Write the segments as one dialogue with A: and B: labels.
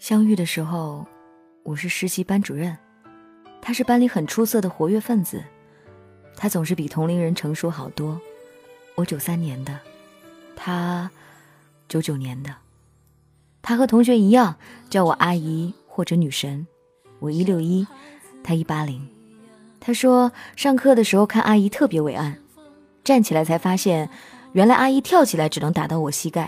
A: 相遇的时候，我是实习班主任，他是班里很出色的活跃分子，他总是比同龄人成熟好多。我93年的，他99年的。他和同学一样叫我阿姨或者女神，我161，他180。他说上课的时候看阿姨特别伟岸，站起来才发现原来阿姨跳起来只能打到我膝盖。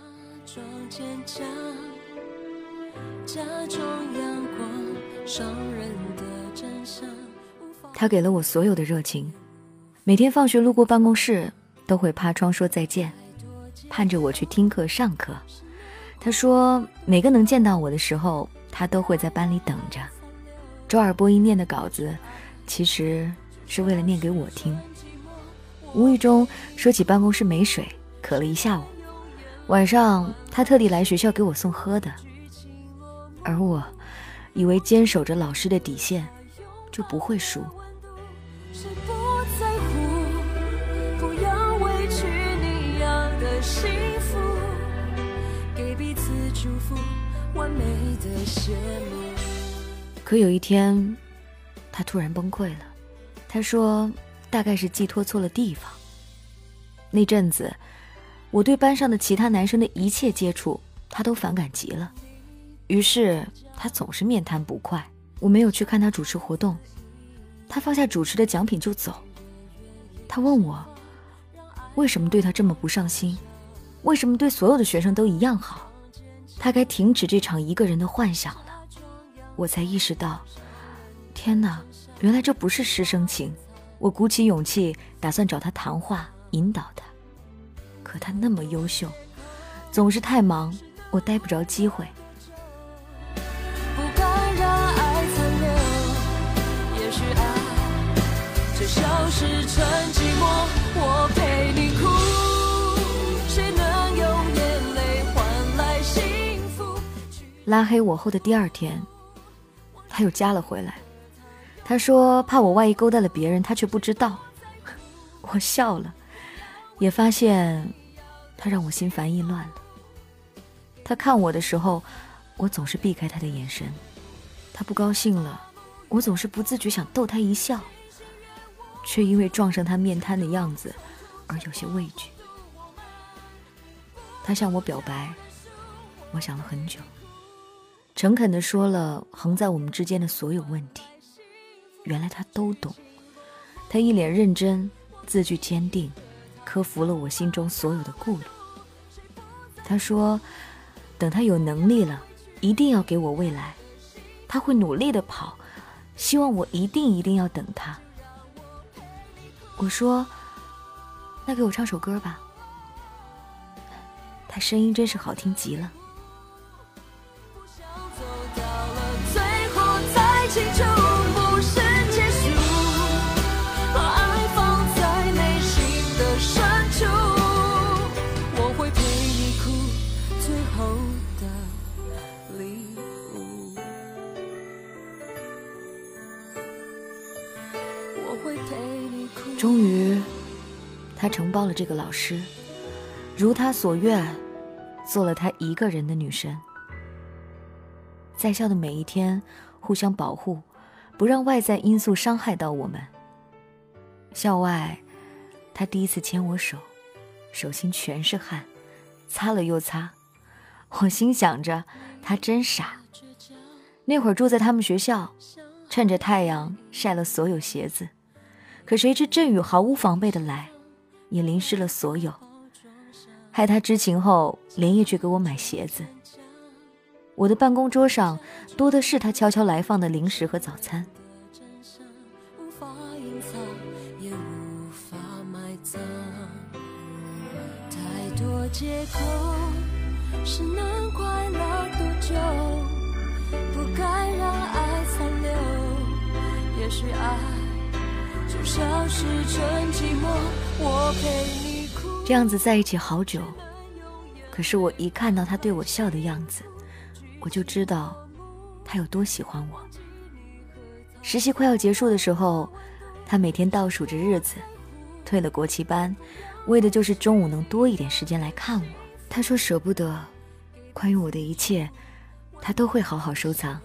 A: 他给了我所有的热情，每天放学路过办公室都会趴窗说再见，盼着我去听课上课。他说每个能见到我的时候，他都会在班里等着。周二播音念的稿子其实是为了念给我听。无意中说起办公室没水，渴了一下午，晚上他特地来学校给我送喝的。而我以为坚守着老师的底线就不会输。是不在乎，不要委屈你要的幸福，给彼此祝福，完美的谢幕。可有一天他突然崩溃了，他说大概是寄托错了地方。那阵子我对班上的其他男生的一切接触他都反感极了，于是他总是面瘫不快。我没有去看他主持活动，他放下主持的奖品就走。他问我为什么对他这么不上心，为什么对所有的学生都一样好，他该停止这场一个人的幻想了。我才意识到，天哪，原来这不是师生情。我鼓起勇气打算找他谈话引导他，可他那么优秀，总是太忙，我待不着机会。不该让爱残留，也许爱就消失成寂寞，我陪你哭，谁能用眼泪换来幸福。拉黑我后的第二天，他又加了回来。他说怕我外衣勾搭了别人，他却不知道。我笑了，也发现他让我心烦意乱了。他看我的时候，我总是避开他的眼神，他不高兴了，我总是不自觉想逗他一笑，却因为撞上他面瘫的样子而有些畏惧。他向我表白，我想了很久，诚恳地说了横在我们之间的所有问题。原来他都懂，他一脸认真，字句坚定，克服了我心中所有的顾虑。他说等他有能力了，一定要给我未来，他会努力地跑，希望我一定要等他。我说那给我唱首歌吧。他声音真是好听极了。终于他承包了这个老师，如他所愿，做了他一个人的女神。在校的每一天互相保护，不让外在因素伤害到我们。校外他第一次牵我手，手心全是汗，擦了又擦。我心想着他真傻。那会儿住在他们学校，趁着太阳晒了所有鞋子，可谁知阵雨毫无防备的来，也淋湿了所有，害他知情后连夜去给我买鞋子。我的办公桌上多的是他悄悄来放的零食和早餐。太多借口是能快乐多久，不该让爱残留，也许爱就消失成寂寞，我陪你哭。这样子在一起好久，可是我一看到他对我笑的样子，我就知道他有多喜欢我。实习快要结束的时候，他每天倒数着日子，退了国旗班，为的就是中午能多一点时间来看我。他说舍不得，关于我的一切他都会好好收藏。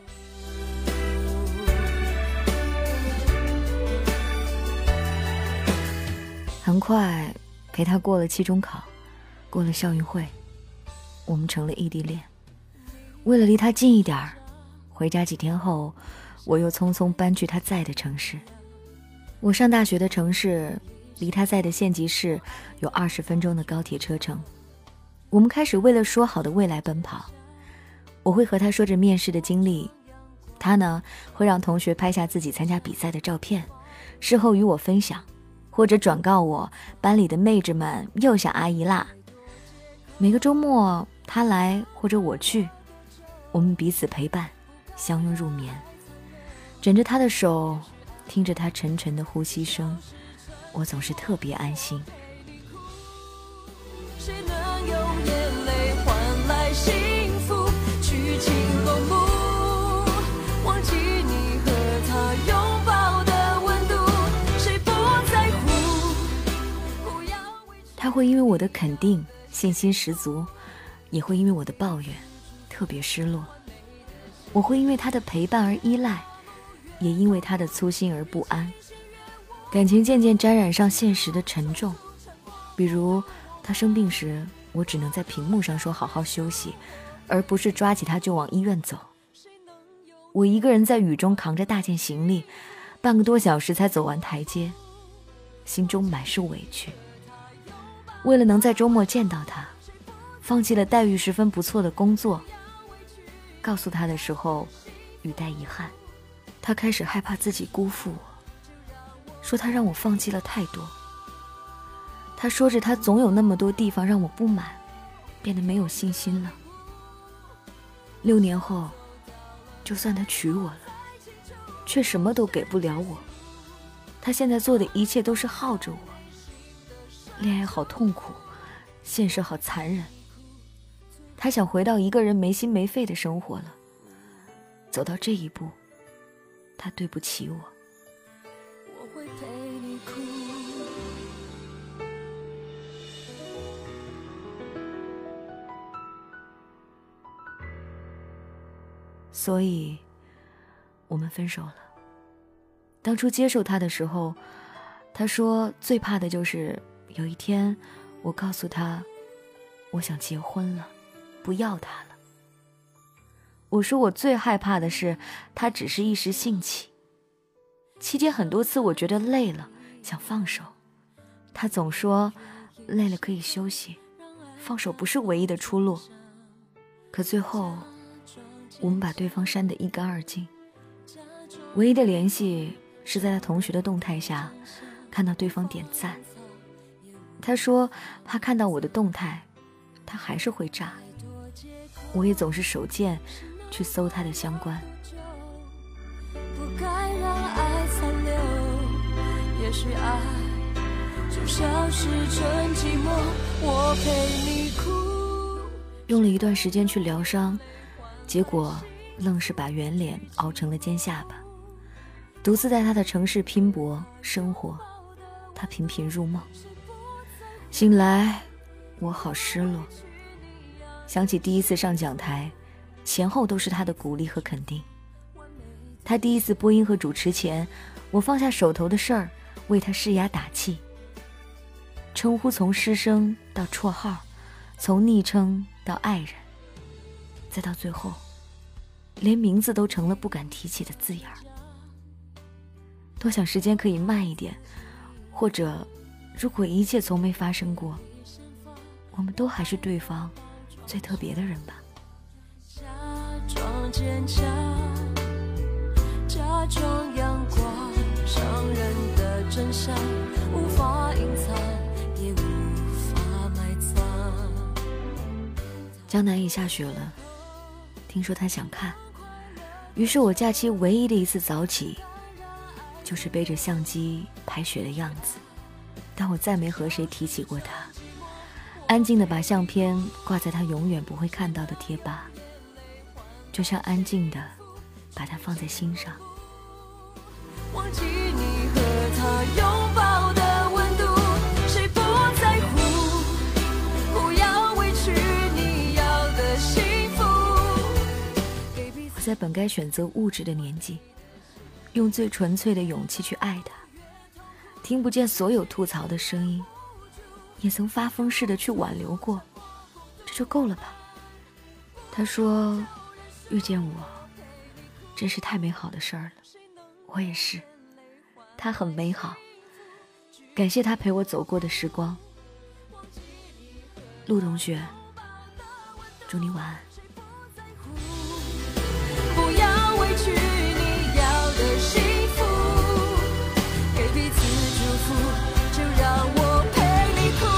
A: 很快陪他过了期中考，过了校运会，我们成了异地恋。为了离他近一点儿，回家几天后，我又匆匆搬去他在的城市。我上大学的城市离他在的县级市有20分钟的高铁车程。我们开始为了说好的未来奔跑。我会和他说着面试的经历，他呢会让同学拍下自己参加比赛的照片，事后与我分享，或者转告我班里的妹纸们又想阿姨啦。每个周末他来或者我去，我们彼此陪伴，相拥入眠。枕着他的手，听着他沉沉的呼吸声，我总是特别安心。
B: 谁能用眼泪换来幸福？去情共舞，忘记你和他拥抱的温度，谁不在乎？不要他
A: 会因为我的肯定信心十足，也会因为我的抱怨特别失落。我会因为他的陪伴而依赖，也因为他的粗心而不安。感情渐渐沾染上现实的沉重，比如他生病时，我只能在屏幕上说好好休息，而不是抓起他就往医院走。我一个人在雨中扛着大件行李，半个多小时才走完台阶，心中满是委屈。为了能在周末见到他，放弃了待遇十分不错的工作。告诉他的时候语带遗憾，他开始害怕自己辜负我，说他让我放弃了太多。他说着他总有那么多地方让我不满，变得没有信心了。6年后，就算他娶我了，却什么都给不了我。他现在做的一切都是耗着我。恋爱好痛苦，现实好残忍。他想回到一个人没心没肺的生活了。走到这一步，他对不起我。
B: 我会陪你哭。
A: 所以我们分手了。当初接受他的时候，他说最怕的就是有一天我告诉他我想结婚了，不要他了。我说我最害怕的是他只是一时兴起，期间很多次我觉得累了，想放手，他总说累了可以休息，放手不是唯一的出路。可最后我们把对方删得一干二净，唯一的联系是在他同学的动态下看到对方点赞。他说怕看到我的动态他还是会炸，我也总是手贱去搜他的相关。
B: 不该让爱残留，也许爱就像是纯寂寞，我陪你哭。
A: 用了一段时间去疗伤，结果愣是把圆脸熬成了尖下巴。独自在他的城市拼搏生活，他频频入梦。醒来我好失落，想起第一次上讲台，前后都是他的鼓励和肯定。他第一次播音和主持前，我放下手头的事儿，为他施压打气。称呼从师生到绰号，从昵称到爱人，再到最后连名字都成了不敢提起的字眼儿。多想时间可以慢一点，或者如果一切从没发生过，我们都还是对方最特别的人吧。
B: 假装坚强，假装阳光，伤人的真相无法隐藏，也无法埋藏。
A: 江南也下雪了，听说他想看，于是我假期唯一的一次早起，就是背着相机拍雪的样子。但我再没和谁提起过他，安静地把相片挂在他永远不会看到的贴吧，就像安静地把它放在心上。
B: 忘记你和他拥抱的温度，谁不在乎？不要委屈你要的幸福，
A: 在本该选择物质的年纪，用最纯粹的勇气去爱他，听不见所有吐槽的声音，也曾发疯似的去挽留过，这就够了吧。他说遇见我真是太美好的事儿了，我也是，他很美好，感谢他陪我走过的时光。陆同学，祝你晚安。
B: 不要委屈你要的幸福，给彼此祝福，就让我陪你哭。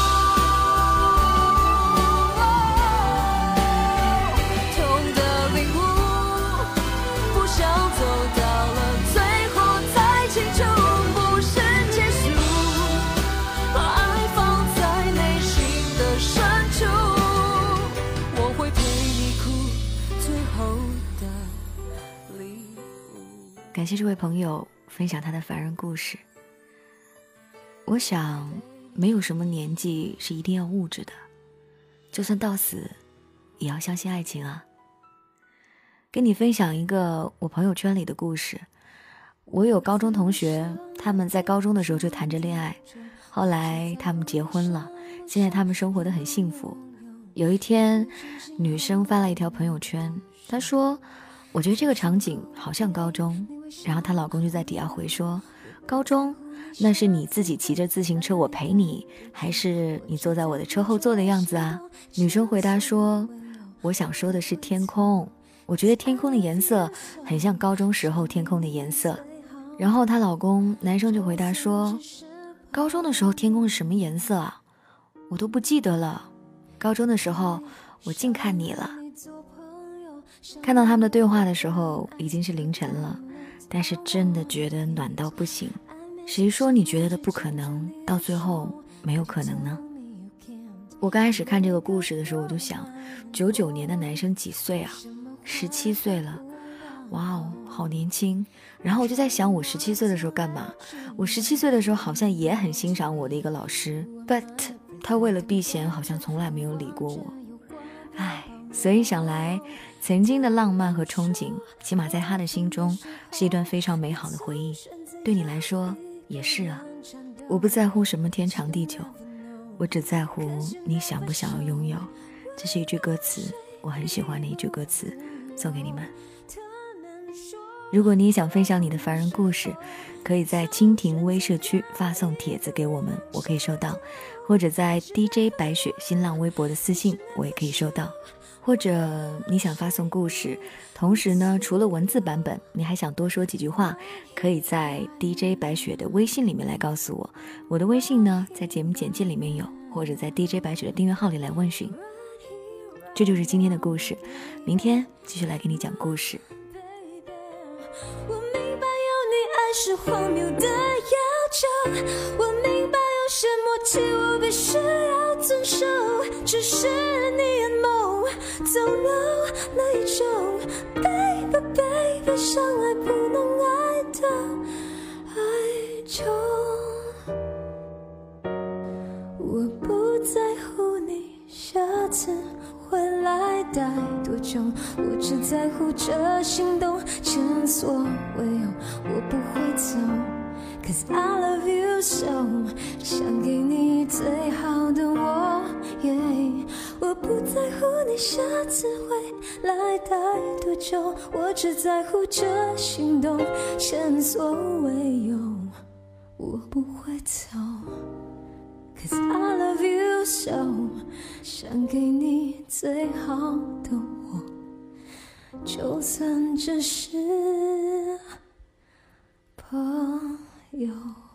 B: 痛的领悟，不想走到了最后才清楚，不是结束，把爱放在内心的深处，我会陪你哭最后的礼物。
A: 感谢这位朋友分享他的凡人故事。我想没有什么年纪是一定要物质的，就算到死也要相信爱情啊。跟你分享一个我朋友圈里的故事。我有高中同学，他们在高中的时候就谈着恋爱，后来他们结婚了，现在他们生活得很幸福。有一天女生发了一条朋友圈，她说我觉得这个场景好像高中，然后她老公就在底下回说，高中那是你自己骑着自行车我陪你，还是你坐在我的车后座的样子啊？女生回答说，我想说的是天空，我觉得天空的颜色很像高中时候天空的颜色。然后她老公男生就回答说，高中的时候天空是什么颜色啊？我都不记得了，高中的时候我净看你了。看到他们的对话的时候已经是凌晨了，但是真的觉得暖到不行。谁说你觉得的不可能，到最后没有可能呢？我刚开始看这个故事的时候，我就想，99年的男生几岁啊？17岁了，哇哦，好年轻。然后我就在想，我17岁的时候干嘛？我17岁的时候好像也很欣赏我的一个老师 ，but 他为了避嫌，好像从来没有理过我。唉，所以想来，曾经的浪漫和憧憬，起码在他的心中是一段非常美好的回忆。对你来说也是啊。我不在乎什么天长地久，我只在乎你想不想要拥有。这是一句歌词，我很喜欢的一句歌词，送给你们。如果你也想分享你的凡人故事，可以在蜻蜓微社区发送帖子给我们，我可以收到，或者在 DJ 白雪新浪微博的私信，我也可以收到。或者你想发送故事，同时呢，除了文字版本，你还想多说几句话，可以在 DJ 白雪的微信里面来告诉我。我的微信呢，在节目简介里面有，或者在 DJ 白雪的订阅号里来问询。这就是今天的故事，明天继续来给你讲故事。
B: 我明白有你爱是荒谬的要求，我明白有些默契我必须要遵守，只是你眼眸总有那一种 baby baby 相爱不能爱的哀愁。我不在乎你下次回来待多久，我只在乎这心动前所未有，我不会走 Cause I love you so， 想给你最好的我、我不在乎你下次回来待多久，我只在乎这心动前所未有，我不会走Cause I love you so， 想给你最好的我，就算只是朋友。